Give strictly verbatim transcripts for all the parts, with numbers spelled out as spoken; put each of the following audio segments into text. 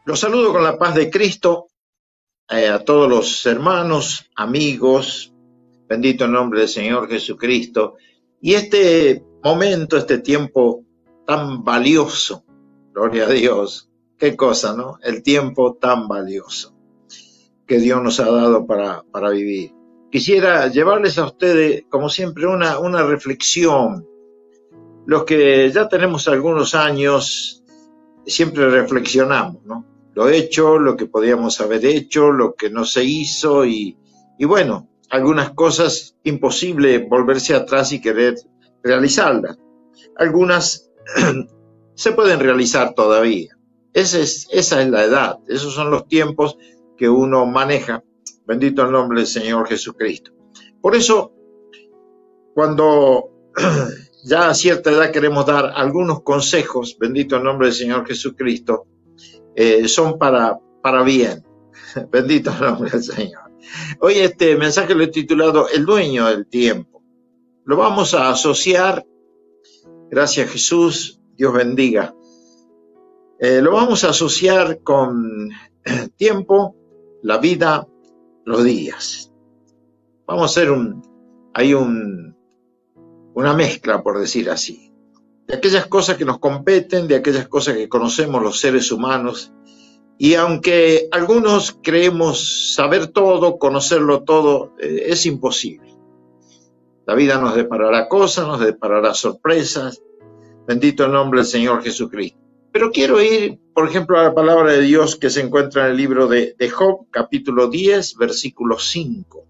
Los saludo con la paz de Cristo eh, a todos los hermanos, amigos, bendito el nombre del Señor Jesucristo. Y este momento, este tiempo tan valioso, gloria a Dios, qué cosa, ¿no? El tiempo tan valioso que Dios nos ha dado para, para vivir. Quisiera llevarles a ustedes, como siempre, una, una reflexión. Los que ya tenemos algunos años, siempre reflexionamos, ¿no? Lo hecho, lo que podíamos haber hecho, lo que no se hizo y, y bueno, algunas cosas imposible volverse atrás y querer realizarlas. Algunas se pueden realizar todavía. Esa es, esa es la edad, esos son los tiempos que uno maneja. Bendito el nombre del Señor Jesucristo. Por eso, cuando ya a cierta edad queremos dar algunos consejos, bendito el nombre del Señor Jesucristo, eh, son para, para bien. Bendito el nombre del Señor. Hoy este mensaje lo he titulado El dueño del tiempo. Lo vamos a asociar, gracias Jesús, Dios bendiga. Eh, lo vamos a asociar con tiempo, la vida, los días. Vamos a hacer un, hay un, una mezcla, por decir así, de aquellas cosas que nos competen, de aquellas cosas que conocemos los seres humanos. Y aunque algunos creemos saber todo, conocerlo todo, eh, es imposible. La vida nos deparará cosas, nos deparará sorpresas. Bendito el nombre del Señor Jesucristo. Pero quiero ir, por ejemplo, a la palabra de Dios que se encuentra en el libro de, de Job, capítulo diez, versículo cinco.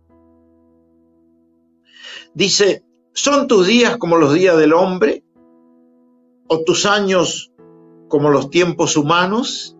Dice, ¿son tus días como los días del hombre? ¿O tus años como los tiempos humanos?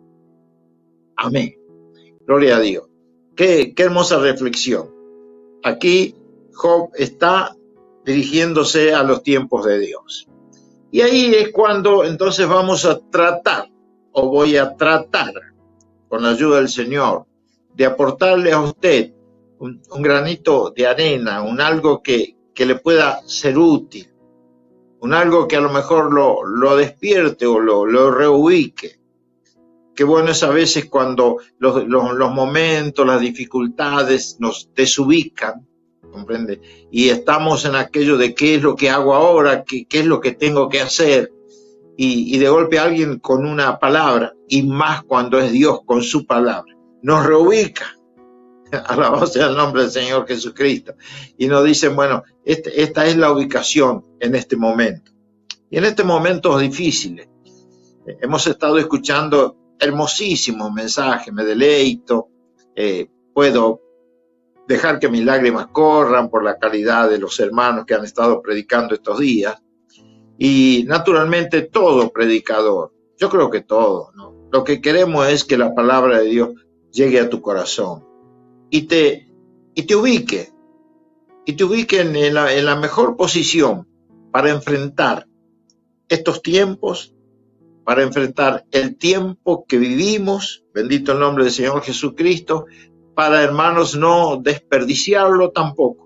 Amén. Gloria a Dios. Qué, qué hermosa reflexión. Aquí Job está dirigiéndose a los tiempos de Dios. Y ahí es cuando entonces vamos a tratar, o voy a tratar, con la ayuda del Señor, de aportarle a usted un, un granito de arena, un algo que, que le pueda ser útil, un algo que a lo mejor lo, lo despierte o lo, lo reubique. Qué bueno es a veces cuando los, los, los momentos, las dificultades nos desubican, ¿comprende? Y estamos en aquello de qué es lo que hago ahora, qué, qué es lo que tengo que hacer. Y, y de golpe alguien con una palabra, y más cuando es Dios con su palabra, nos reubica. Alabado sea el nombre del Señor Jesucristo. Y nos dicen, bueno, este, esta es la ubicación en este momento. Y en estos momentos difíciles, eh, hemos estado escuchando hermosísimos mensajes, me deleito, eh, puedo dejar que mis lágrimas corran por la calidad de los hermanos que han estado predicando estos días. Y naturalmente todo predicador, yo creo que todo, ¿no? Lo que queremos es que la palabra de Dios llegue a tu corazón y te, y te ubique, y te ubique en la, en la mejor posición para enfrentar estos tiempos, para enfrentar el tiempo que vivimos, bendito el nombre del Señor Jesucristo, para, hermanos, no desperdiciarlo tampoco.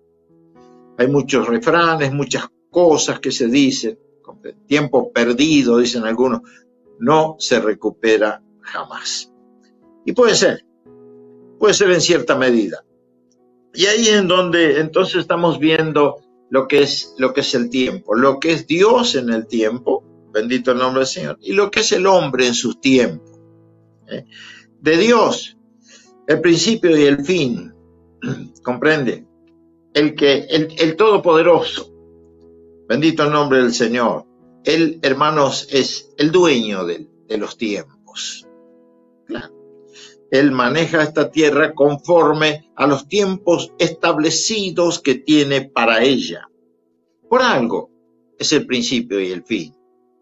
Hay muchos refranes, muchas cosas que se dicen, tiempo perdido, dicen algunos, no se recupera jamás. Y puede ser, puede ser en cierta medida. Y ahí en donde entonces estamos viendo lo que es, lo que es el tiempo, lo que es Dios en el tiempo, bendito el nombre del Señor, y lo que es el hombre en sus tiempos. ¿Eh? De Dios, el principio y el fin, ¿comprende? El que, el, el Todopoderoso, bendito el nombre del Señor. Él, hermanos, es el dueño de, de los tiempos. Claro. Él maneja esta tierra conforme a los tiempos establecidos que tiene para ella. Por algo es el principio y el fin.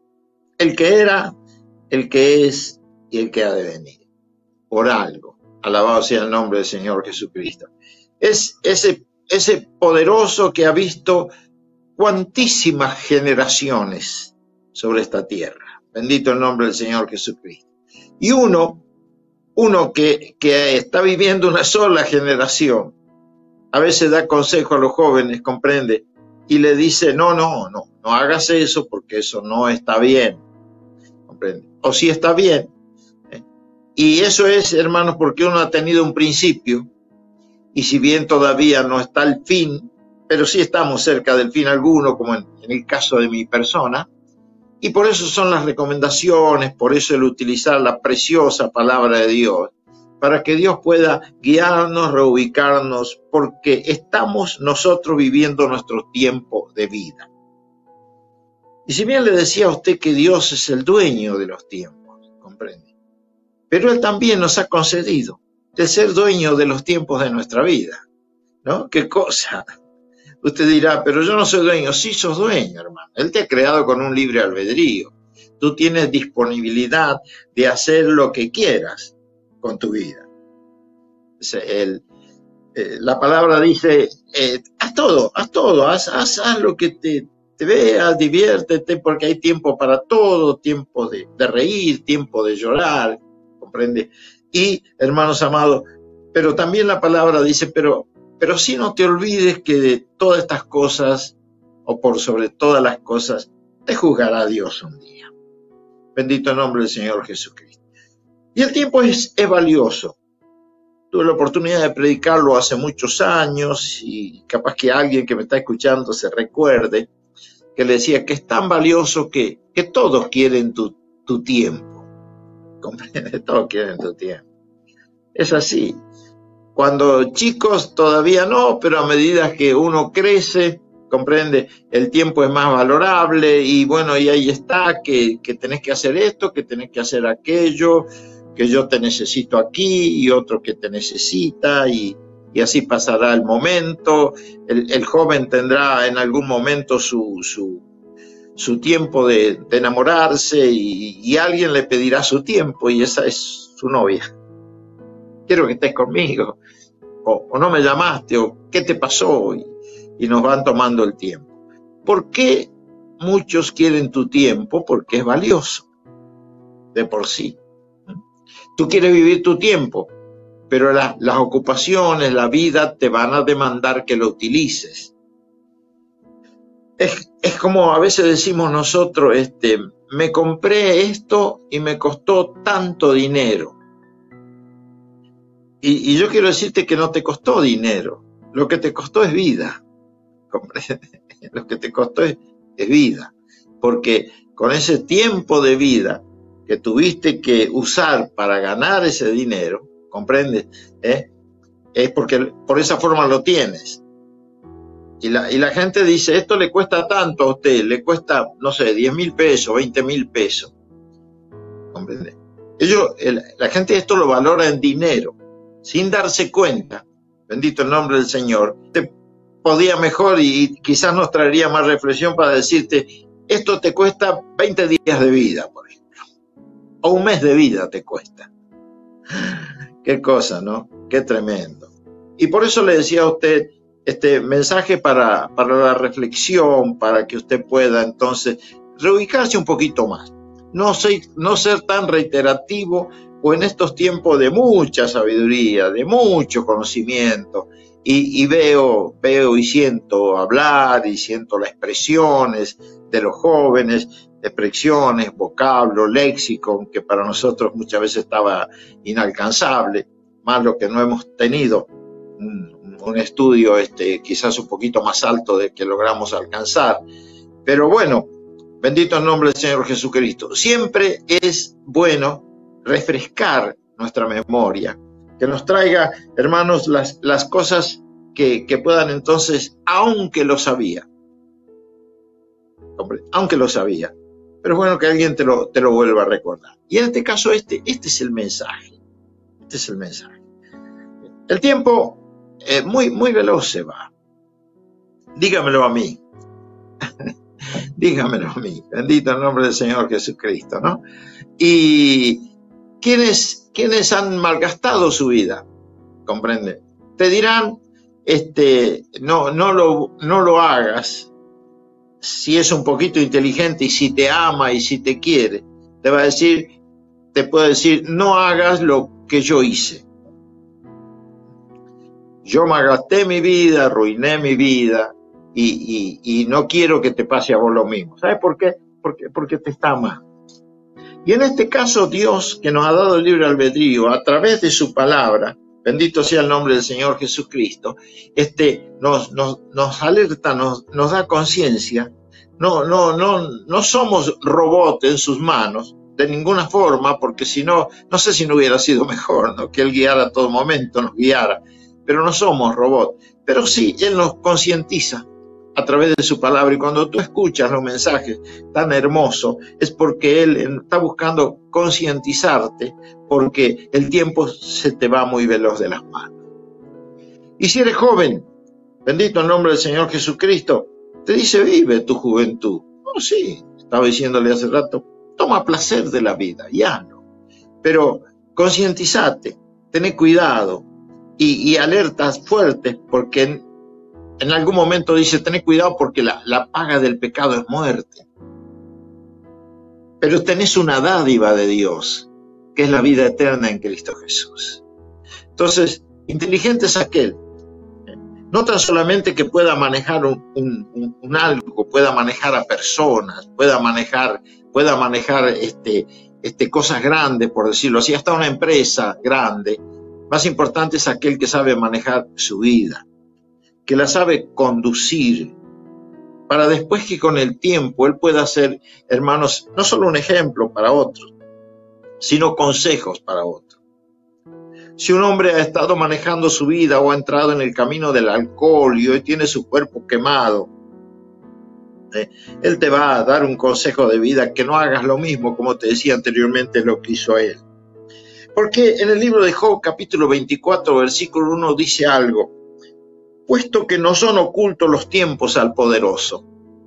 El que era, el que es y el que ha de venir. Por algo. Alabado sea el nombre del Señor Jesucristo. Es ese, ese poderoso que ha visto cuantísimas generaciones sobre esta tierra. Bendito el nombre del Señor Jesucristo. Y uno, uno que, que está viviendo una sola generación, a veces da consejo a los jóvenes, comprende, y le dice, no, no, no, no hagas eso porque eso no está bien, comprende. O si está bien, Y eso es, hermanos, porque uno ha tenido un principio, y si bien todavía no está el fin, pero sí estamos cerca del fin alguno, como en, en el caso de mi persona, y por eso son las recomendaciones, por eso el utilizar la preciosa palabra de Dios, para que Dios pueda guiarnos, reubicarnos, porque estamos nosotros viviendo nuestro tiempo de vida. Y si bien le decía a usted que Dios es el dueño de los tiempos, comprende, pero Él también nos ha concedido el ser dueño de los tiempos de nuestra vida, ¿no? ¿Qué cosa? Usted dirá, pero yo no soy dueño. Sí, sos dueño, hermano. Él te ha creado con un libre albedrío. Tú tienes disponibilidad de hacer lo que quieras con tu vida. El, eh, la palabra dice, eh, haz todo, haz todo, haz, haz, haz lo que te, te veas, diviértete, porque hay tiempo para todo, tiempo de, de reír, tiempo de llorar, ¿comprende? Y, hermanos amados, pero también la palabra dice, pero, pero sí no te olvides que de todas estas cosas, o por sobre todas las cosas, te juzgará Dios un día. Bendito el nombre del Señor Jesucristo. Y el tiempo es, es valioso. Tuve la oportunidad de predicarlo hace muchos años y capaz que alguien que me está escuchando se recuerde que le decía que es tan valioso que, que todos quieren tu, tu tiempo. ¿Comprende? Todos quieren tu tiempo. Es así. Cuando chicos todavía no, pero a medida que uno crece, comprende, el tiempo es más valorable y bueno, y ahí está, que, que tenés que hacer esto, que tenés que hacer aquello, que yo te necesito aquí y otro que te necesita y, y así pasará el momento. El, el joven tendrá en algún momento su, su, su tiempo de, de enamorarse y, y alguien le pedirá su tiempo y esa es su novia. Quiero que estés conmigo, o, o no me llamaste, o qué te pasó, y, y nos van tomando el tiempo. ¿Por qué muchos quieren tu tiempo? Porque es valioso, de por sí. Tú quieres vivir tu tiempo, pero la, las ocupaciones, la vida te van a demandar que lo utilices. Es, es como a veces decimos nosotros, este, me compré esto y me costó tanto dinero. Y, y yo quiero decirte que no te costó dinero, lo que te costó es vida, ¿comprende? Lo que te costó es, es vida, porque con ese tiempo de vida que tuviste que usar para ganar ese dinero, ¿comprendes? ¿Eh? Es porque por esa forma lo tienes. Y la, y la gente dice, esto le cuesta tanto a usted, le cuesta, no sé, diez mil pesos, veinte mil pesos. ¿Comprende? Ellos, el, la gente esto lo valora en dinero, sin darse cuenta, bendito el nombre del Señor, te podía mejor y, y quizás nos traería más reflexión para decirte, esto te cuesta veinte días de vida, por ejemplo. O un mes de vida te cuesta. Qué cosa, ¿no? Qué tremendo. Y por eso le decía a usted este mensaje para, para la reflexión, para que usted pueda entonces reubicarse un poquito más. No, ser, no ser tan reiterativo o en estos tiempos de mucha sabiduría, de mucho conocimiento. Y, y veo, veo y siento hablar y siento las expresiones de los jóvenes, expresiones, vocablo, léxico, que para nosotros muchas veces estaba inalcanzable, más lo que no hemos tenido un, un estudio este, quizás un poquito más alto de que logramos alcanzar. Pero bueno, bendito el nombre del Señor Jesucristo. Siempre es bueno refrescar nuestra memoria, que nos traiga, hermanos, las, las cosas que, que puedan entonces, aunque lo sabía, hombre, aunque lo sabía, pero es bueno que alguien te lo, te lo vuelva a recordar. Y en este caso, este, este es el mensaje, este es el mensaje. El tiempo eh, muy, muy veloz se va. Dígamelo a mí. Dígamelo a mí. Bendito el nombre del Señor Jesucristo, ¿no? Y ¿quiénes, quiénes han malgastado su vida? ¿Comprende? Te dirán, este, no, no lo, no lo hagas. Si es un poquito inteligente y si te ama y si te quiere, te va a decir, te puede decir, no hagas lo que yo hice. Yo malgasté mi vida, arruiné mi vida y, y, y no quiero que te pase a vos lo mismo. ¿Sabes por qué? Porque, porque te está amando. Y en este caso Dios, que nos ha dado el libre albedrío a través de su palabra, bendito sea el nombre del Señor Jesucristo, este, nos, nos, nos alerta, nos, nos da conciencia. No, no, no, no somos robots en sus manos, de ninguna forma, porque si no, no sé si no hubiera sido mejor, ¿no?, que Él guiara a todo momento, nos guiara, pero no somos robots. Pero sí, Él nos concientiza a través de su palabra, y cuando tú escuchas los mensajes tan hermosos, es porque Él está buscando concientizarte, porque el tiempo se te va muy veloz de las manos. Y si eres joven, bendito el nombre del Señor Jesucristo, te dice, vive tu juventud. Oh, sí, estaba diciéndole hace rato, toma placer de la vida, ya no. Pero concientizate, ten cuidado y, y alertas fuertes, porque en, en algún momento dice, ten cuidado porque la, la paga del pecado es muerte. Pero tenés una dádiva de Dios, que es la vida eterna en Cristo Jesús. Entonces, inteligente es aquel, no tan solamente que pueda manejar un, un, un algo, pueda manejar a personas, pueda manejar, pueda manejar este, este, cosas grandes, por decirlo así, hasta una empresa grande. Más importante es aquel que sabe manejar su vida, que la sabe conducir, para después que con el tiempo él pueda ser, hermanos, no solo un ejemplo para otros, sino consejos para otros. Si un hombre ha estado manejando su vida o ha entrado en el camino del alcohol y hoy tiene su cuerpo quemado, eh, él te va a dar un consejo de vida, que no hagas lo mismo, como te decía anteriormente, lo que hizo él. Porque en el libro de Job, capítulo veinticuatro, versículo uno, dice algo: puesto que no son ocultos los tiempos al poderoso.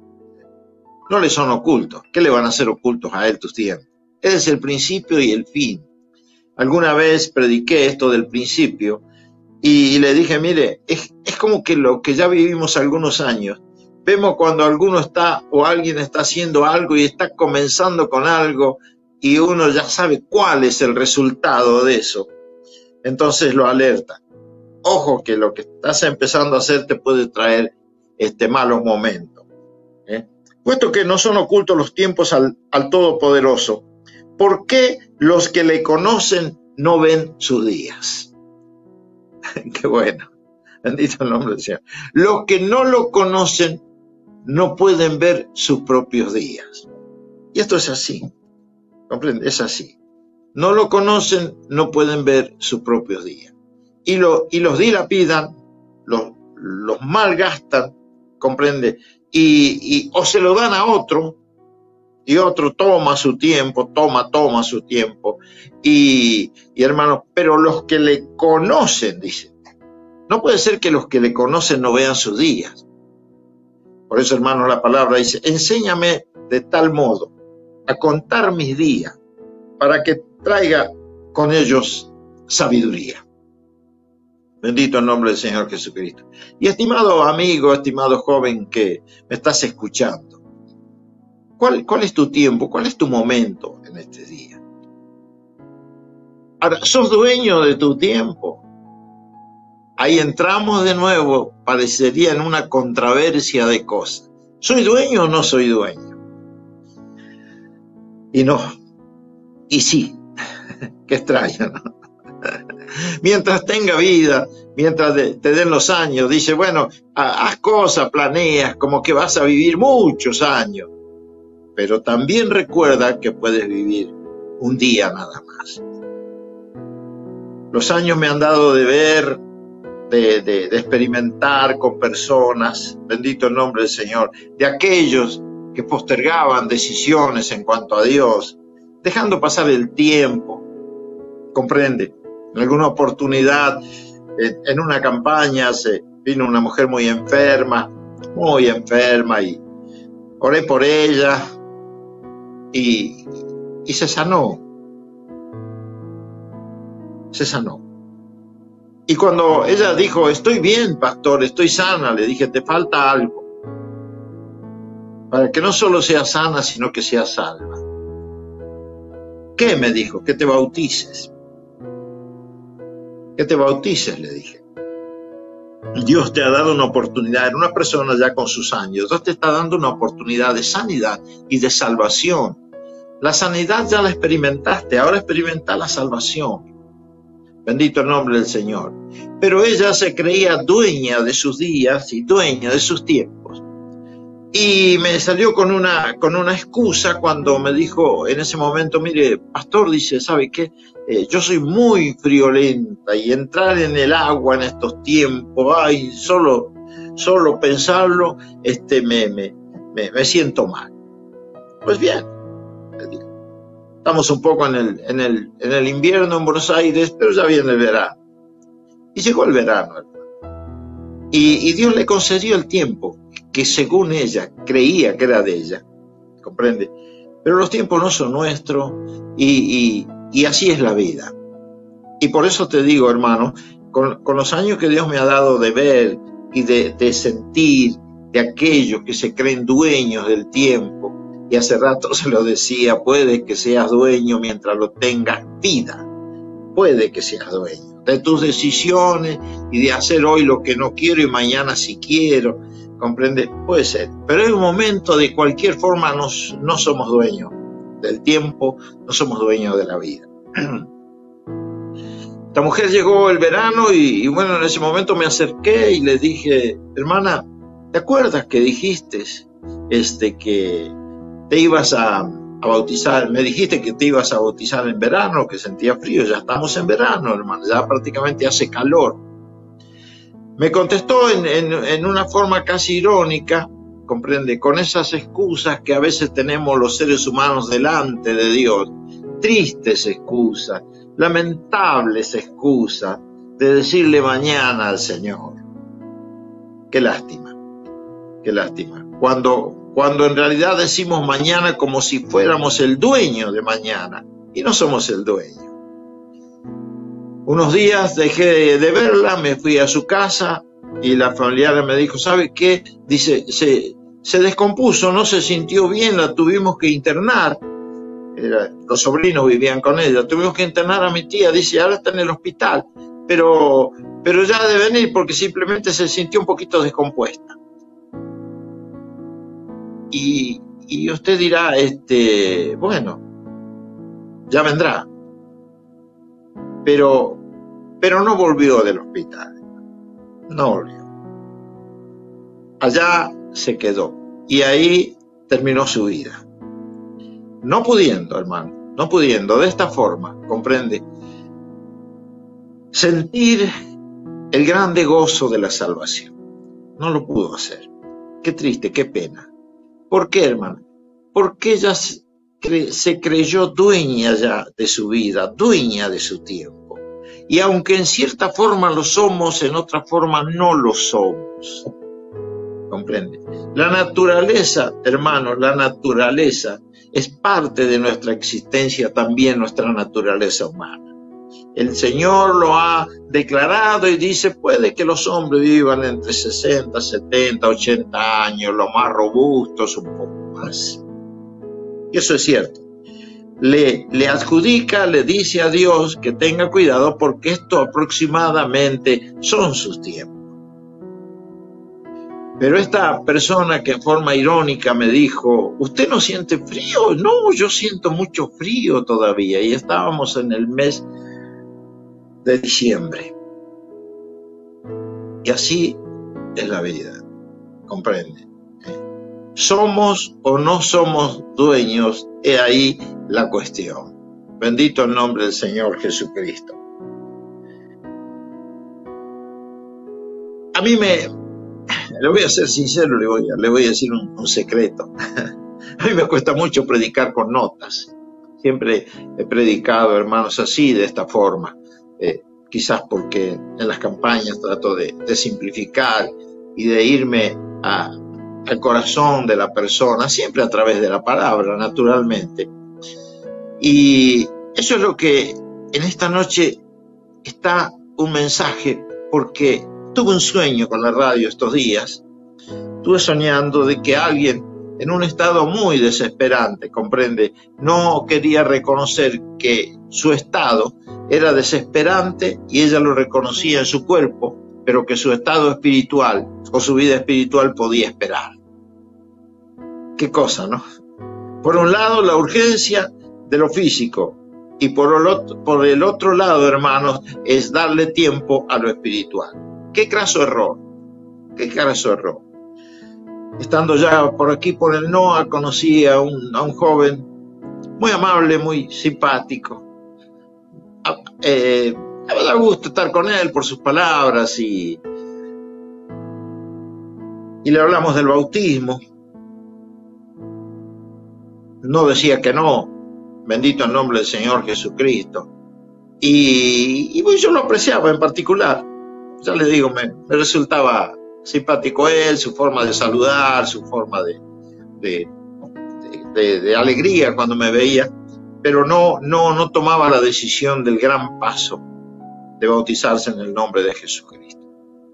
No le son ocultos. ¿Qué le van a hacer ocultos a él tus tiempos? Él es el principio y el fin. Alguna vez prediqué esto del principio y, y le dije, mire, es, es como que lo que ya vivimos algunos años, vemos cuando alguno está o alguien está haciendo algo y está comenzando con algo y uno ya sabe cuál es el resultado de eso. Entonces lo alerta. Ojo que lo que estás empezando a hacer te puede traer este, malos momentos. ¿eh? Puesto que no son ocultos los tiempos al, al Todopoderoso, ¿por qué los que le conocen no ven sus días? Qué bueno, bendito el nombre del Señor. Los que no lo conocen no pueden ver sus propios días. Y esto es así, ¿comprende? Es así. No lo conocen, no pueden ver sus propios días. Y, lo, y los dilapidan, los, los malgastan, ¿comprende? Y, y, o se lo dan a otro, y otro toma su tiempo, toma, toma su tiempo. Y, y hermanos, pero los que le conocen, dice, no puede ser que los que le conocen no vean sus días. Por eso, hermanos, la palabra dice, enséñame de tal modo a contar mis días, para que traiga con ellos sabiduría. Bendito el nombre del Señor Jesucristo. Y estimado amigo, estimado joven que me estás escuchando, ¿cuál, cuál es tu tiempo? ¿Cuál es tu momento en este día? Ahora, ¿sos dueño de tu tiempo? Ahí entramos de nuevo, parecería en una controversia de cosas. ¿Soy dueño o no soy dueño? Y no, y sí, qué extraño, ¿no? Mientras tenga vida, mientras te den los años, dice, bueno, haz cosas, planeas, como que vas a vivir muchos años, pero también recuerda que puedes vivir un día nada más. Los años me han dado de ver, de, de, de experimentar con personas, bendito el nombre del Señor, de aquellos que postergaban decisiones en cuanto a Dios, dejando pasar el tiempo, ¿comprende? En alguna oportunidad, en una campaña, se vino una mujer muy enferma, muy enferma, y oré por ella y, y se sanó. Se sanó. Y cuando ella dijo, estoy bien, pastor, estoy sana, le dije, te falta algo. Para que no solo sea sana, sino que sea salva. ¿Qué? Me dijo, que te bautices. Que te bautices, le dije. Dios te ha dado una oportunidad, era una persona ya con sus años, Dios te está dando una oportunidad de sanidad y de salvación. La sanidad ya la experimentaste, ahora experimenta la salvación. Bendito el nombre del Señor. Pero ella se creía dueña de sus días y dueña de sus tiempos. Y me salió con una, con una excusa cuando me dijo en ese momento, mire, pastor, dice, ¿sabe qué? Eh, yo soy muy friolenta y entrar en el agua en estos tiempos, ay, solo, solo pensarlo, este, me, me, me, me siento mal. Pues bien, estamos un poco en el, en, el, en el invierno en Buenos Aires, pero ya viene el verano. Y llegó el verano, hermano. Y, y Dios le concedió el tiempo que según ella creía que era de ella, ¿comprende? Pero los tiempos no son nuestros y, y, y así es la vida. Y por eso te digo, hermano, con, con los años que Dios me ha dado de ver y de, de sentir de aquellos que se creen dueños del tiempo, y hace rato se lo decía, puede que seas dueño mientras lo tengas vida, puede que seas dueño de tus decisiones y de hacer hoy lo que no quiero y mañana si quiero, ¿comprende? Puede ser, pero en un momento de cualquier forma nos, no somos dueños del tiempo, no somos dueños de la vida. Esta mujer llegó el verano y, y bueno, en ese momento me acerqué y le dije, hermana, ¿te acuerdas que dijiste este, que te ibas a, a bautizar? Me dijiste que te ibas a bautizar en verano, que sentía frío. Ya estamos en verano, hermano, ya prácticamente hace calor. Me contestó en, en, en una forma casi irónica, comprende, con esas excusas que a veces tenemos los seres humanos delante de Dios, tristes excusas, lamentables excusas de decirle mañana al Señor. Qué lástima, qué lástima. Cuando, cuando en realidad decimos mañana como si fuéramos el dueño de mañana, y no somos el dueño. Unos días dejé de verla, me fui a su casa y la familiar me dijo, ¿sabe qué? Dice, se, se descompuso, no se sintió bien, la tuvimos que internar. Era, los sobrinos vivían con ella, tuvimos que internar a mi tía, dice, ahora está en el hospital, pero, pero ya debe venir porque simplemente se sintió un poquito descompuesta. Y, y usted dirá, este, bueno, ya vendrá. Pero, pero no volvió del hospital, no volvió. Allá se quedó y ahí terminó su vida. No pudiendo, hermano, no pudiendo de esta forma, comprende, sentir el grande gozo de la salvación. No lo pudo hacer. Qué triste, qué pena. ¿Por qué, hermano? Porque ella se creyó dueña ya de su vida, dueña de su tiempo. Y aunque en cierta forma lo somos, en otra forma no lo somos. ¿Comprende? La naturaleza, hermanos, la naturaleza es parte de nuestra existencia, también nuestra naturaleza humana. El Señor lo ha declarado y dice, puede que los hombres vivan entre sesenta, setenta, ochenta años, los más robustos un poco más. Y eso es cierto. Le, le adjudica, le dice a Dios que tenga cuidado porque esto aproximadamente son sus tiempos. Pero esta persona que en forma irónica me dijo, ¿usted no siente frío? No, yo siento mucho frío todavía. Y estábamos en el mes de diciembre. Y así es la vida, comprende. ¿Somos o no somos dueños? He ahí la cuestión. Bendito el nombre del Señor Jesucristo. A mí me, le voy a ser sincero, le voy a, le voy a decir un, un secreto. A mí me cuesta mucho predicar con notas. Siempre he predicado, hermanos, así, de esta forma. Eh, quizás porque en las campañas trato de, de simplificar y de irme a, al corazón de la persona, siempre a través de la palabra, naturalmente. Y eso es lo que en esta noche está un mensaje, porque tuve un sueño con la radio estos días. Estuve soñando de que alguien en un estado muy desesperante, comprende, no quería reconocer que su estado era desesperante y ella lo reconocía en su cuerpo, pero que su estado espiritual o su vida espiritual podía esperar. Qué cosa, ¿no? Por un lado, la urgencia de lo físico, y por el otro, por el otro lado, hermanos, es darle tiempo a lo espiritual. Qué craso error, qué craso error. Estando ya por aquí, por el N O A, conocí a un, a un joven muy amable, muy simpático. Eh, me da gusto estar con él por sus palabras y, y le hablamos del bautismo. No decía que no, bendito el nombre del Señor Jesucristo. Y, y pues yo lo apreciaba en particular. Ya le digo, me, me resultaba simpático él, su forma de saludar, su forma de, de, de, de, de alegría cuando me veía, pero no, no, no tomaba la decisión del gran paso de bautizarse en el nombre de Jesucristo.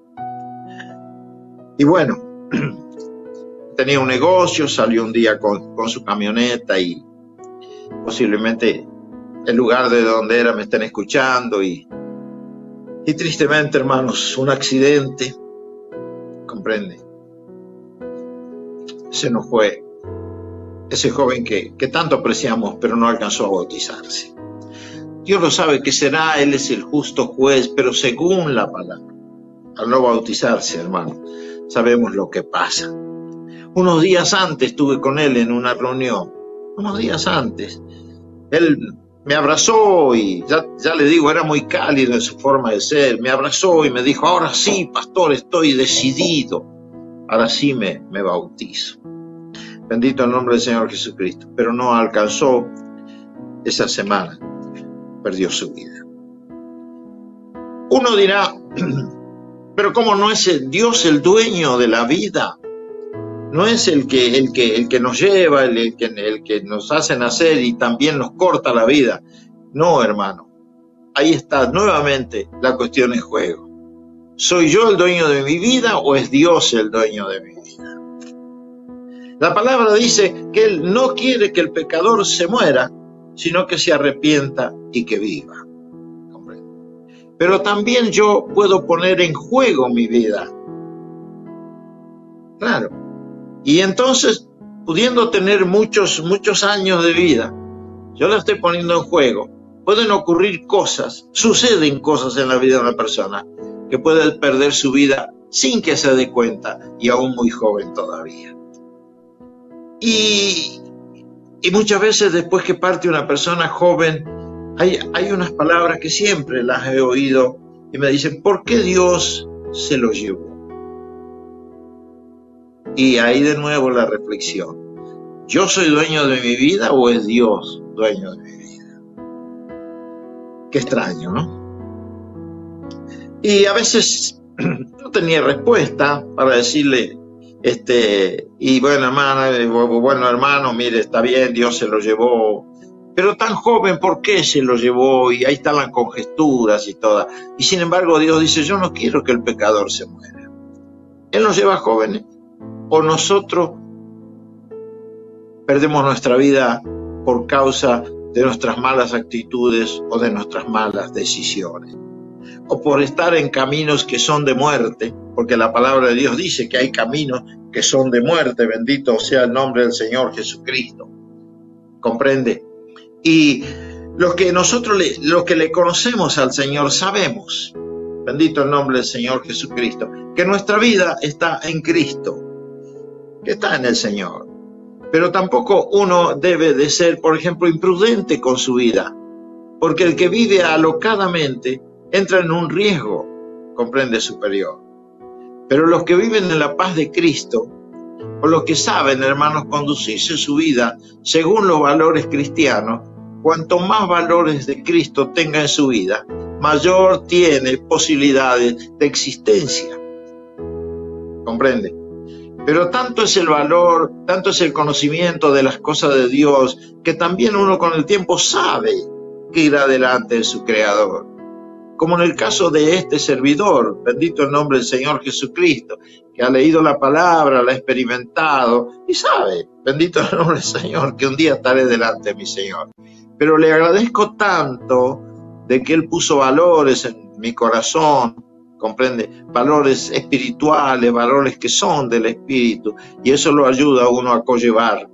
Y bueno, tenía un negocio, salió un día con, con su camioneta y posiblemente el lugar de donde era me estén escuchando y, y tristemente, hermanos, un accidente, comprende, se nos fue ese joven que, que tanto apreciamos, pero no alcanzó a bautizarse. Dios lo sabe que será, Él es el justo juez, pero según la palabra, al no bautizarse, hermano, sabemos lo que pasa. Unos días antes estuve con él en una reunión, unos días antes, él me abrazó y ya, ya le digo, era muy cálido en su forma de ser, me abrazó y me dijo, ahora sí, pastor, estoy decidido, ahora sí me, me bautizo. Bendito el nombre del Señor Jesucristo, pero no alcanzó esa semana, perdió su vida. Uno dirá, pero ¿cómo no es el Dios el dueño de la vida? No es el que, el que, el que nos lleva, el, el, que, el que nos hace nacer y también nos corta la vida. No, hermano. Ahí está nuevamente la cuestión en juego. ¿Soy yo el dueño de mi vida o es Dios el dueño de mi vida? La palabra dice que Él no quiere que el pecador se muera, sino que se arrepienta y que viva. Pero también yo puedo poner en juego mi vida. Claro. Y entonces, pudiendo tener muchos, muchos años de vida, yo la estoy poniendo en juego. Pueden ocurrir cosas, suceden cosas en la vida de una persona que puede perder su vida sin que se dé cuenta y aún muy joven todavía. Y, y muchas veces después que parte una persona joven, hay, hay unas palabras que siempre las he oído y me dicen, ¿por qué Dios se lo llevó? Y ahí de nuevo la reflexión. ¿Yo soy dueño de mi vida o es Dios dueño de mi vida? Qué extraño, ¿no? Y a veces no tenía respuesta para decirle, este, y bueno, hermana, bueno, hermano, mire, está bien, Dios se lo llevó. Pero tan joven, ¿por qué se lo llevó? Y ahí están las conjeturas y todas. Y sin embargo, Dios dice, yo no quiero que el pecador se muera. Él nos lleva jóvenes. O nosotros perdemos nuestra vida por causa de nuestras malas actitudes o de nuestras malas decisiones. O por estar en caminos que son de muerte, porque la palabra de Dios dice que hay caminos que son de muerte, bendito sea el nombre del Señor Jesucristo. ¿Comprende? Y los que nosotros, le, los que le conocemos al Señor, sabemos, bendito el nombre del Señor Jesucristo, que nuestra vida está en Cristo, que está en el Señor. Pero tampoco uno debe de ser, por ejemplo, imprudente con su vida, porque el que vive alocadamente entra en un riesgo, comprende, superior. Pero los que viven en la paz de Cristo, o los que saben, hermanos, conducirse su vida según los valores cristianos, cuanto más valores de Cristo tenga en su vida, mayor tiene posibilidades de existencia. ¿Comprende? Pero tanto es el valor, tanto es el conocimiento de las cosas de Dios, que también uno con el tiempo sabe que irá delante de su Creador. Como en el caso de este servidor, bendito el nombre del Señor Jesucristo, que ha leído la palabra, la ha experimentado y sabe, bendito el nombre del Señor, que un día estaré delante de mi Señor. Pero le agradezco tanto de que Él puso valores en mi corazón, comprende, valores espirituales, valores que son del Espíritu, y eso lo ayuda a uno a conllevar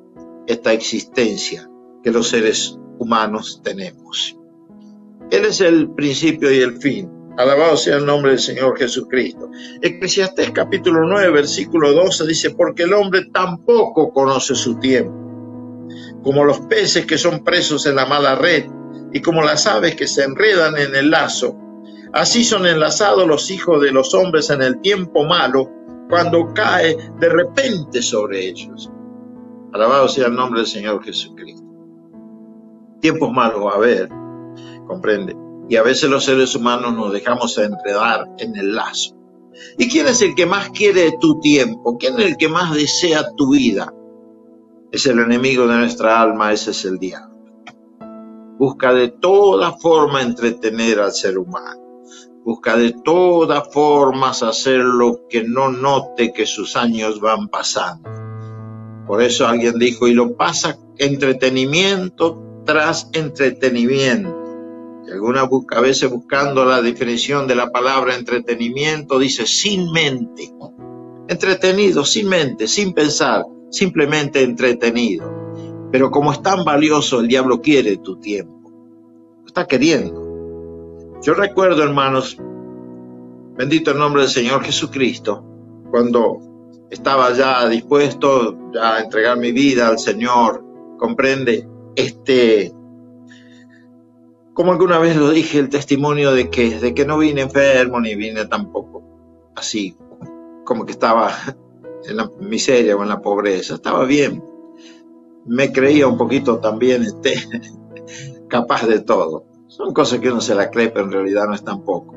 esta existencia que los seres humanos tenemos. Él es el principio y el fin. Alabado sea el nombre del Señor Jesucristo. Eclesiastés capítulo nueve, versículo doce dice, porque el hombre tampoco conoce su tiempo, como los peces que son presos en la mala red, y como las aves que se enredan en el lazo, así son enlazados los hijos de los hombres en el tiempo malo, cuando cae de repente sobre ellos. Alabado sea el nombre del Señor Jesucristo. Tiempos malos va a haber, comprende. Y a veces los seres humanos nos dejamos enredar en el lazo. ¿Y quién es el que más quiere tu tiempo? ¿Quién es el que más desea tu vida? Es el enemigo de nuestra alma, ese es el diablo. Busca de toda forma entretener al ser humano. Busca de todas formas hacerlo que no note que sus años van pasando. Por eso alguien dijo, y lo pasa entretenimiento tras entretenimiento. Y alguna busca, a veces buscando la definición de la palabra entretenimiento, dice sin mente. Entretenido, sin mente, sin pensar, simplemente entretenido. Pero como es tan valioso, el diablo quiere tu tiempo. Lo está queriendo. Yo recuerdo, hermanos, bendito el nombre del Señor Jesucristo, cuando estaba ya dispuesto ya a entregar mi vida al Señor, comprende, este... como alguna vez lo dije, el testimonio de que, de que no vine enfermo, ni vine tampoco así, como que estaba en la miseria o en la pobreza. Estaba bien. Me creía un poquito también este, capaz de todo. Son cosas que uno se la cree, pero en realidad no es tampoco.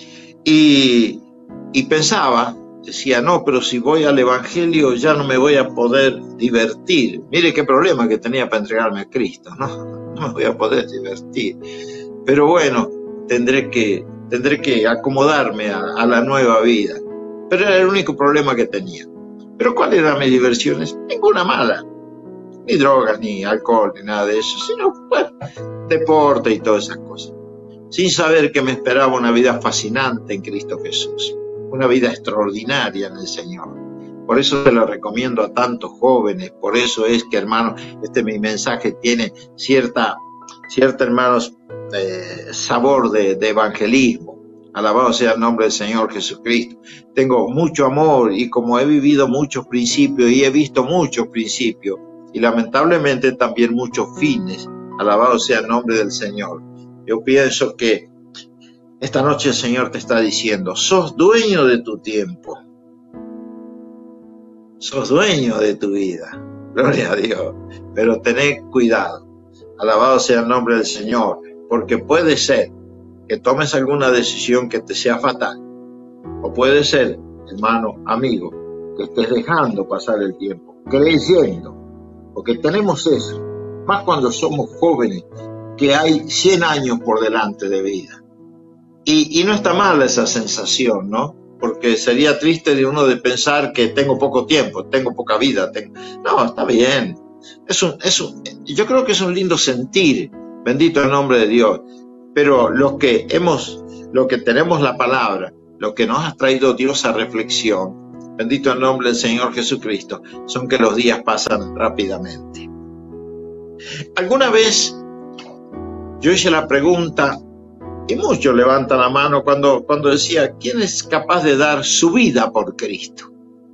Y, y pensaba, decía, no, pero si voy al Evangelio ya no me voy a poder divertir. Mire qué problema que tenía para entregarme a Cristo, ¿no? No me voy a poder divertir. Pero bueno, tendré que, tendré que acomodarme a, a la nueva vida. Pero era el único problema que tenía. ¿Pero cuáles eran mis diversiones? Ninguna mala. Ni drogas, ni alcohol, ni nada de eso. Sino, bueno, deporte y todas esas cosas. Sin saber que me esperaba una vida fascinante en Cristo Jesús. Una vida extraordinaria en el Señor. Por eso se lo recomiendo a tantos jóvenes. Por eso es que, hermanos, este mi mensaje tiene cierta, cierta hermanos, eh, sabor de, de evangelismo. Alabado sea el nombre del Señor Jesucristo. Tengo mucho amor y como he vivido muchos principios y he visto muchos principios y lamentablemente también muchos fines. Alabado sea el nombre del Señor. Yo pienso que esta noche el Señor te está diciendo, sos dueño de tu tiempo. Sos dueño de tu vida, gloria a Dios, pero tened cuidado, alabado sea el nombre del Señor, porque puede ser que tomes alguna decisión que te sea fatal, o puede ser, hermano, amigo, que estés dejando pasar el tiempo, creyendo, porque tenemos eso, más cuando somos jóvenes, que hay cien años por delante de vida, y, y no está mal esa sensación, ¿no? Porque sería triste de uno de pensar que tengo poco tiempo, tengo poca vida. Tengo... No, está bien. Es un, es un, yo creo que es un lindo sentir, bendito el nombre de Dios. Pero los que hemos, los que tenemos la palabra, lo que nos ha traído Dios a reflexión, bendito el nombre del Señor Jesucristo, son que los días pasan rápidamente. Alguna vez yo hice la pregunta, y muchos levantan la mano cuando, cuando decía, ¿quién es capaz de dar su vida por Cristo?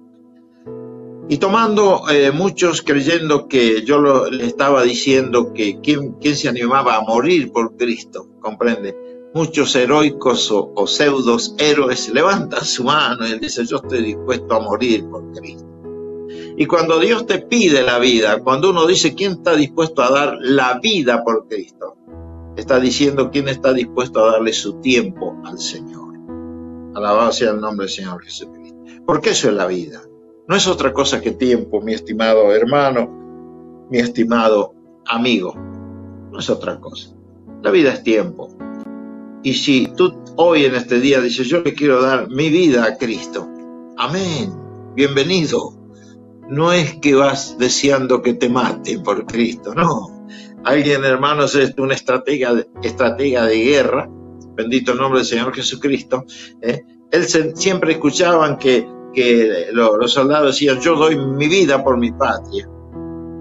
Y tomando eh, muchos creyendo que yo lo, le estaba diciendo que ¿quién, quién se animaba a morir por Cristo? ¿Comprende? Muchos heroicos o, o pseudos héroes levantan su mano y él dice, yo estoy dispuesto a morir por Cristo. Y cuando Dios te pide la vida, cuando uno dice, ¿quién está dispuesto a dar la vida por Cristo? Está diciendo quién está dispuesto a darle su tiempo al Señor. Alabado sea el nombre del Señor Jesucristo. Porque eso es la vida. No es otra cosa que tiempo, mi estimado hermano, mi estimado amigo. No es otra cosa. La vida es tiempo. Y si tú hoy en este día dices, yo le quiero dar mi vida a Cristo. Amén. Bienvenido. No es que vas deseando que te maten por Cristo, no. Alguien, hermanos, es una estratega de, estratega de guerra, bendito el nombre del Señor Jesucristo. ¿eh? Él se, siempre escuchaban que, que lo, los soldados decían, yo doy mi vida por mi patria.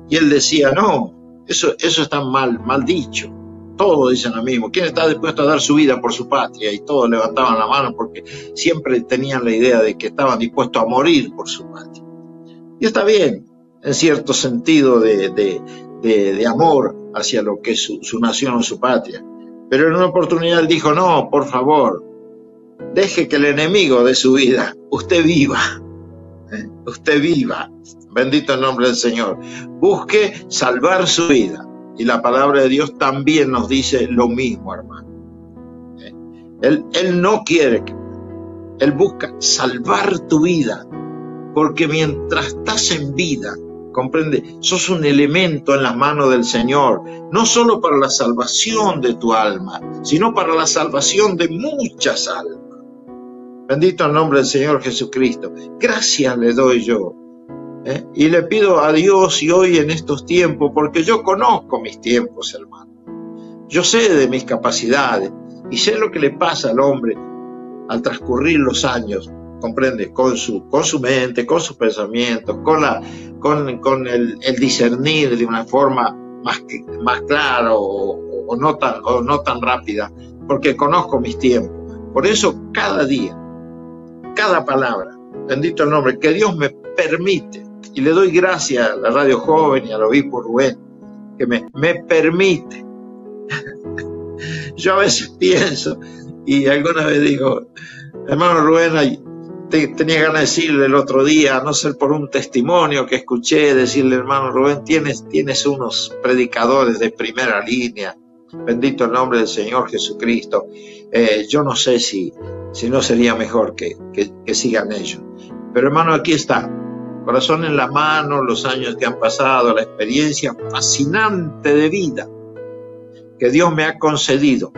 Y él decía, no, eso, eso está mal, mal dicho. Todos dicen lo mismo. ¿Quién está dispuesto a dar su vida por su patria? Y todos levantaban la mano porque siempre tenían la idea de que estaban dispuestos a morir por su patria. Y está bien, en cierto sentido de, de, de, de amor hacia lo que es su, su nación o su patria. Pero en una oportunidad él dijo, no, por favor, deje que el enemigo de su vida, usted viva. ¿Eh? Usted viva. Bendito el nombre del Señor. Busque salvar su vida. Y la palabra de Dios también nos dice lo mismo, hermano. ¿Eh? Él, él no quiere que... Él busca salvar tu vida. Porque mientras estás en vida, comprende, sos un elemento en las manos del Señor. No solo para la salvación de tu alma, sino para la salvación de muchas almas. Bendito el nombre del Señor Jesucristo. Gracias le doy yo. ¿Eh? Y le pido a Dios y hoy en estos tiempos, porque yo conozco mis tiempos, hermano. Yo sé de mis capacidades y sé lo que le pasa al hombre al transcurrir los años, comprende, con su, con su mente, con sus pensamientos, con, la, con, con el, el discernir de una forma más, más clara o, o, no tan, o no tan rápida, porque conozco mis tiempos. Por eso cada día, cada palabra, bendito el nombre, que Dios me permite, y le doy gracias a la Radio Joven y al obispo Rubén, que me, me permite. Yo a veces pienso, y alguna vez digo, hermano Rubén, te, tenía ganas de decirle el otro día, a no ser por un testimonio que escuché, decirle, hermano Rubén, tienes, tienes unos predicadores de primera línea, bendito el nombre del Señor Jesucristo. Eh, yo no sé si, si no sería mejor que, que, que sigan ellos. Pero hermano, aquí está, corazón en la mano, los años que han pasado, la experiencia fascinante de vida que Dios me ha concedido,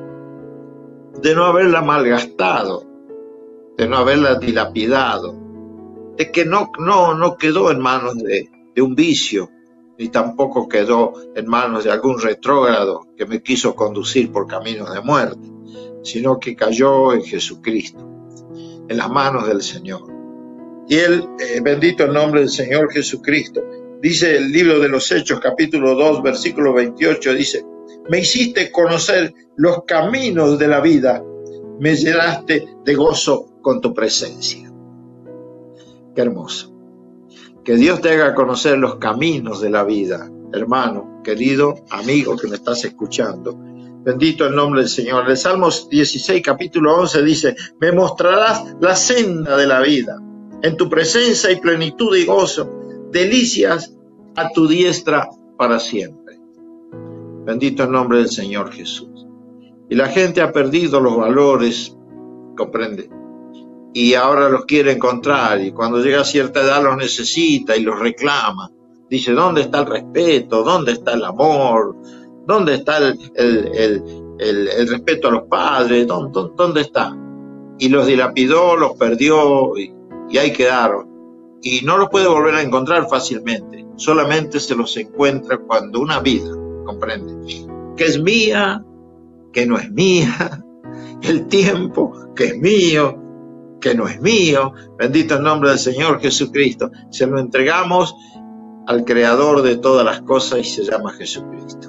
de no haberla malgastado, de no haberla dilapidado, de que no, no, no quedó en manos de, de un vicio, ni tampoco quedó en manos de algún retrógrado que me quiso conducir por caminos de muerte, sino que cayó en Jesucristo, en las manos del Señor. Y Él, eh, bendito el nombre del Señor Jesucristo, dice el libro de los Hechos, capítulo dos, versículo veintiocho, dice, me hiciste conocer los caminos de la vida, me llenaste de gozo con tu presencia. Qué hermoso. Que Dios te haga conocer los caminos de la vida, hermano, querido amigo que me estás escuchando. Bendito el nombre del Señor. El Salmos dieciséis, capítulo once dice, me mostrarás la senda de la vida. En tu presencia hay plenitud y gozo, delicias a tu diestra para siempre. Bendito el nombre del Señor Jesús. Y la gente ha perdido los valores, comprende, y ahora los quiere encontrar, y cuando llega a cierta edad los necesita y los reclama. Dice, ¿dónde está el respeto? ¿Dónde está el amor? ¿Dónde está el, el, el, el, el respeto a los padres? ¿Dónde, dónde está? Y los dilapidó, los perdió, y, y ahí quedaron. Y no los puede volver a encontrar fácilmente. Solamente se los encuentra cuando una vida, comprende, que es mía, que no es mía, el tiempo que es mío, que no es mío, bendito el nombre del Señor Jesucristo, se lo entregamos al Creador de todas las cosas y se llama Jesucristo.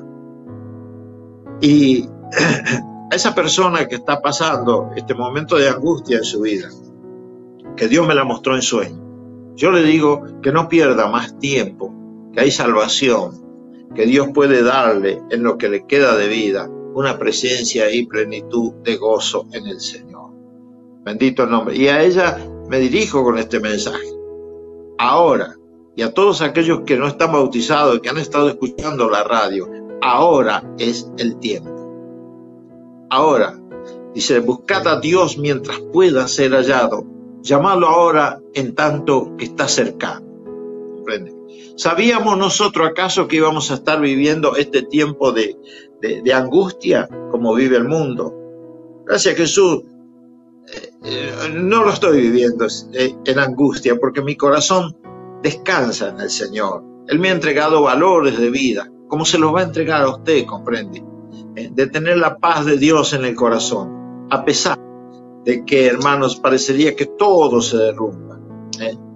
Y a esa persona que está pasando este momento de angustia en su vida, que Dios me la mostró en sueño, yo le digo que no pierda más tiempo, que hay salvación, que Dios puede darle en lo que le queda de vida una presencia y plenitud de gozo en el Señor. Bendito el nombre. Y a ella me dirijo con este mensaje. Ahora, y a todos aquellos que no están bautizados y que han estado escuchando la radio, ahora es el tiempo. Ahora, dice, buscad a Dios mientras pueda ser hallado. Llamadlo ahora en tanto que está cercano. ¿Comprende? ¿Sabíamos nosotros acaso que íbamos a estar viviendo este tiempo de, de, de angustia como vive el mundo? Gracias a Jesús, eh, eh, no lo estoy viviendo eh, en angustia porque mi corazón descansa en el Señor. Él me ha entregado valores de vida, como se los va a entregar a usted, comprende, eh, de tener la paz de Dios en el corazón, a pesar de que, hermanos, parecería que todo se derrumba. Eh,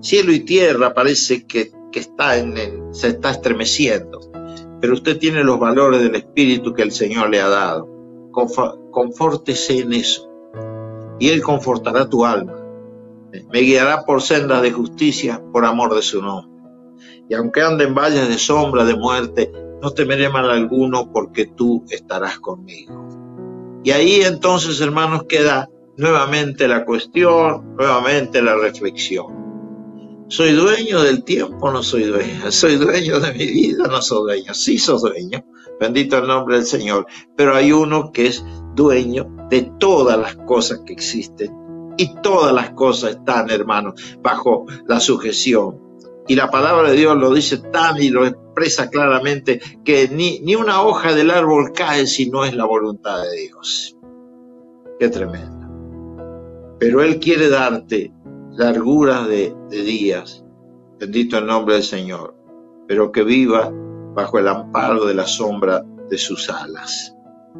cielo y tierra parece que, que está en, en, se está estremeciendo, pero usted tiene los valores del Espíritu que el Señor le ha dado. Confórtese en eso y Él confortará tu alma. Me guiará por sendas de justicia por amor de su nombre. Y aunque ande en valles de sombra de muerte, no temeré mal alguno, porque tú estarás conmigo. Y ahí entonces, hermanos, queda nuevamente la cuestión, nuevamente la reflexión. ¿Soy dueño del tiempo o no soy dueño? ¿Soy dueño de mi vida o no soy dueño? Sí, soy dueño, bendito el nombre del Señor, pero hay uno que es dueño de todas las cosas que existen, y todas las cosas están, hermanos, bajo la sujeción. Y la palabra de Dios lo dice tan y lo expresa claramente, que ni, ni una hoja del árbol cae si no es la voluntad de Dios. Qué tremendo. Pero Él quiere darte larguras de, de días, bendito el nombre del Señor, pero que viva bajo el amparo de la sombra de sus alas.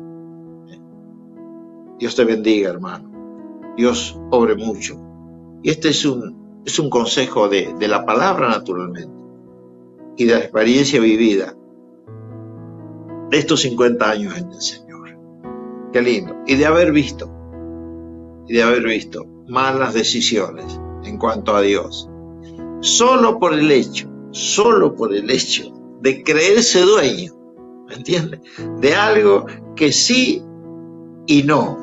Dios te bendiga, hermano. Dios obre mucho. Y este es un, es un consejo de, de la palabra, naturalmente, y de la experiencia vivida de estos cincuenta años en el Señor. Qué lindo. Y de haber visto, y de haber visto malas decisiones en cuanto a Dios. Solo por el hecho, solo por el hecho de creerse dueño, ¿me entiendes? De algo que sí y no.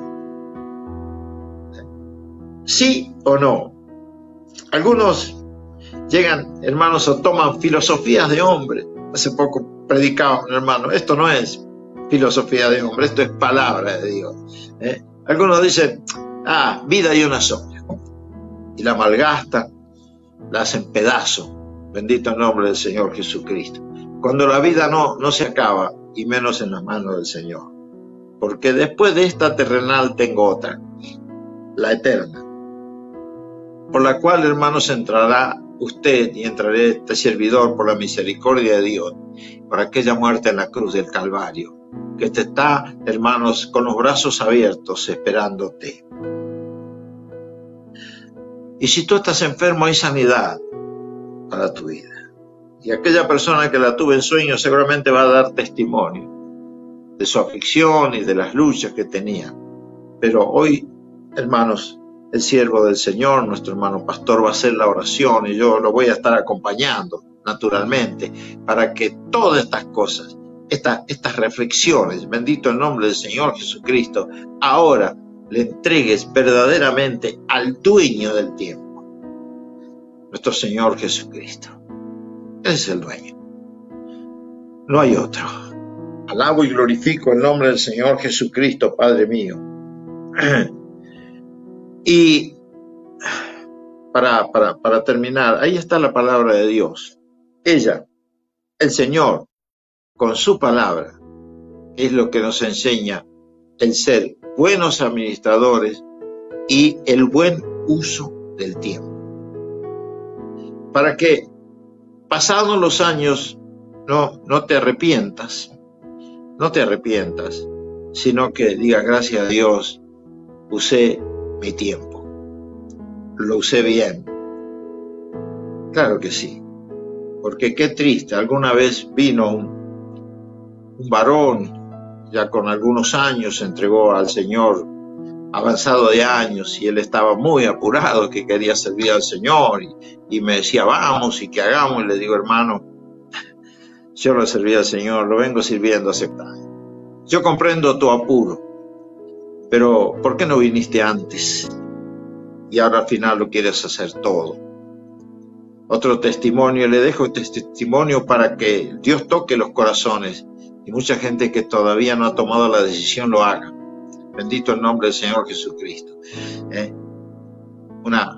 ¿Sí o no? Algunos llegan, hermanos, o toman filosofías de hombre. Hace poco predicaba un hermano, esto no es filosofía de hombre, esto es palabra de Dios. ¿eh? Algunos dicen, ah, vida hay una sola. Y la malgastan, la hacen pedazo. Bendito el nombre del Señor Jesucristo. Cuando la vida no, no se acaba, y menos en las manos del Señor. Porque después de esta terrenal tengo otra, la eterna, por la cual, hermanos, entrará usted y entraré este servidor por la misericordia de Dios, por aquella muerte en la cruz del Calvario, que te está, hermanos, con los brazos abiertos esperándote. Y si tú estás enfermo, hay sanidad para tu vida. Y aquella persona que la tuvo en sueño seguramente va a dar testimonio de su aflicción y de las luchas que tenía. Pero hoy, hermanos, el siervo del Señor, nuestro hermano pastor, va a hacer la oración y yo lo voy a estar acompañando, naturalmente, para que todas estas cosas, estas, estas reflexiones, bendito el nombre del Señor Jesucristo, ahora le entregues verdaderamente al dueño del tiempo, nuestro Señor Jesucristo. Él es el dueño. No hay otro. Alabo y glorifico el nombre del Señor Jesucristo, Padre mío. Y para, para, para terminar, ahí está la palabra de Dios. Ella, el Señor, con su palabra, es lo que nos enseña el ser buenos administradores y el buen uso del tiempo. Para que, pasados los años, no, no te arrepientas, no te arrepientas, sino que digas, gracias a Dios, usé mi tiempo, lo usé bien. Claro que sí, porque qué triste, alguna vez vino un, un varón, ya con algunos años, se entregó al Señor, avanzado de años, y él estaba muy apurado, que quería servir al Señor, y, y me decía, vamos, y que hagamos, y le digo, hermano, yo lo serví al Señor, lo vengo sirviendo hace años. Yo comprendo tu apuro, pero ¿por qué no viniste antes? Y ahora al final lo quieres hacer todo. Otro testimonio, le dejo este testimonio para que Dios toque los corazones y mucha gente que todavía no ha tomado la decisión lo haga. Bendito el nombre del Señor Jesucristo. ¿Eh? Una,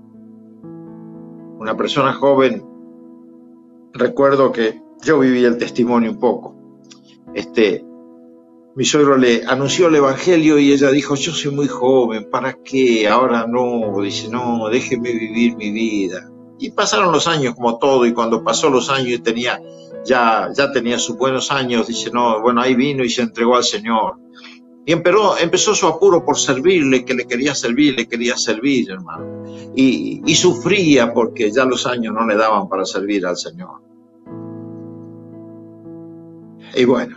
una persona joven, recuerdo que yo viví el testimonio un poco. Este, mi suegro le anunció el evangelio y ella dijo, yo soy muy joven, ¿para qué? Ahora no, dice, no, déjeme vivir mi vida. Y pasaron los años como todo, y cuando pasó los años y tenía, ya, ya tenía sus buenos años, dice, no, bueno, ahí vino y se entregó al Señor. Y empezó, empezó su apuro por servirle, que le quería servir, le quería servir, hermano. y, y sufría porque ya los años no le daban para servir al Señor. Y bueno,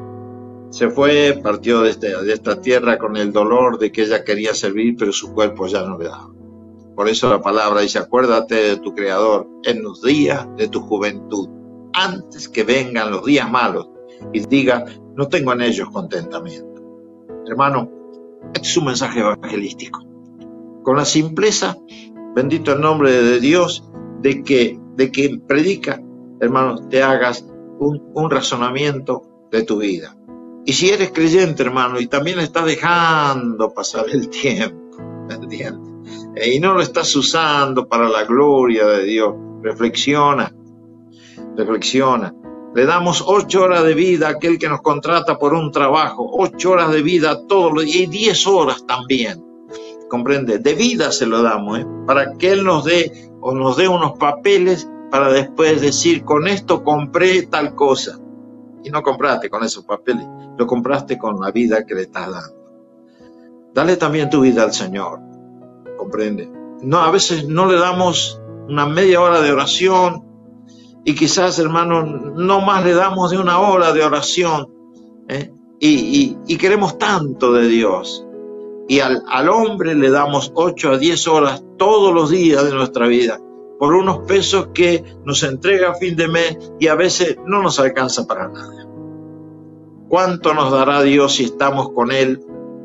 se fue, partió de, este, de esta tierra con el dolor de que ella quería servir, pero su cuerpo ya no le daba. Por eso la palabra dice, acuérdate de tu Creador en los días de tu juventud, antes que vengan los días malos y diga, no tengo en ellos contentamiento. Hermano, este es un mensaje evangelístico. Con la simpleza, bendito el nombre de Dios, de que, de que predica, hermano, te hagas un, un razonamiento de tu vida. Y si eres creyente, hermano, y también estás dejando pasar el tiempo, ¿entiendes? Y no lo estás usando para la gloria de Dios, reflexiona, reflexiona. Le damos ocho horas de vida a aquel que nos contrata por un trabajo, ocho horas de vida todos los días, y diez horas también, ¿comprende? De vida se lo damos, ¿eh? Para que Él nos dé, o nos dé unos papeles para después decir, con esto compré tal cosa. Y no compraste con esos papeles, lo compraste con la vida que le estás dando. Dale también tu vida al Señor, ¿comprende? No, a veces no le damos una media hora de oración y quizás, hermano, no más le damos de una hora de oración, ¿eh? y, y, y queremos tanto de Dios. Y al, al hombre le damos ocho a diez horas todos los días de nuestra vida por unos pesos que nos entrega a fin de mes y a veces no nos alcanza para nada. ¿Cuánto nos dará Dios si estamos con Él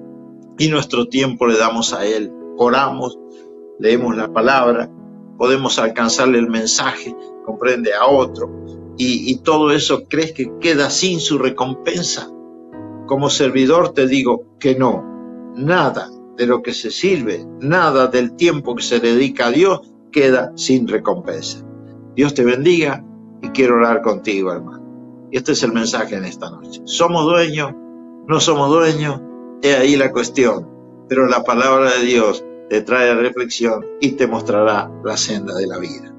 y nuestro tiempo le damos a Él? Oramos, leemos la palabra, podemos alcanzarle el mensaje, comprende, a otro, y, y todo eso, ¿crees que queda sin su recompensa? Como servidor te digo que no, nada de lo que se sirve, nada del tiempo que se dedica a Dios queda sin recompensa. Dios te bendiga y quiero orar contigo, hermano. Y este es el mensaje en esta noche. ¿Somos dueños? ¿No somos dueños? He ahí la cuestión. Pero la palabra de Dios te trae reflexión y te mostrará la senda de la vida.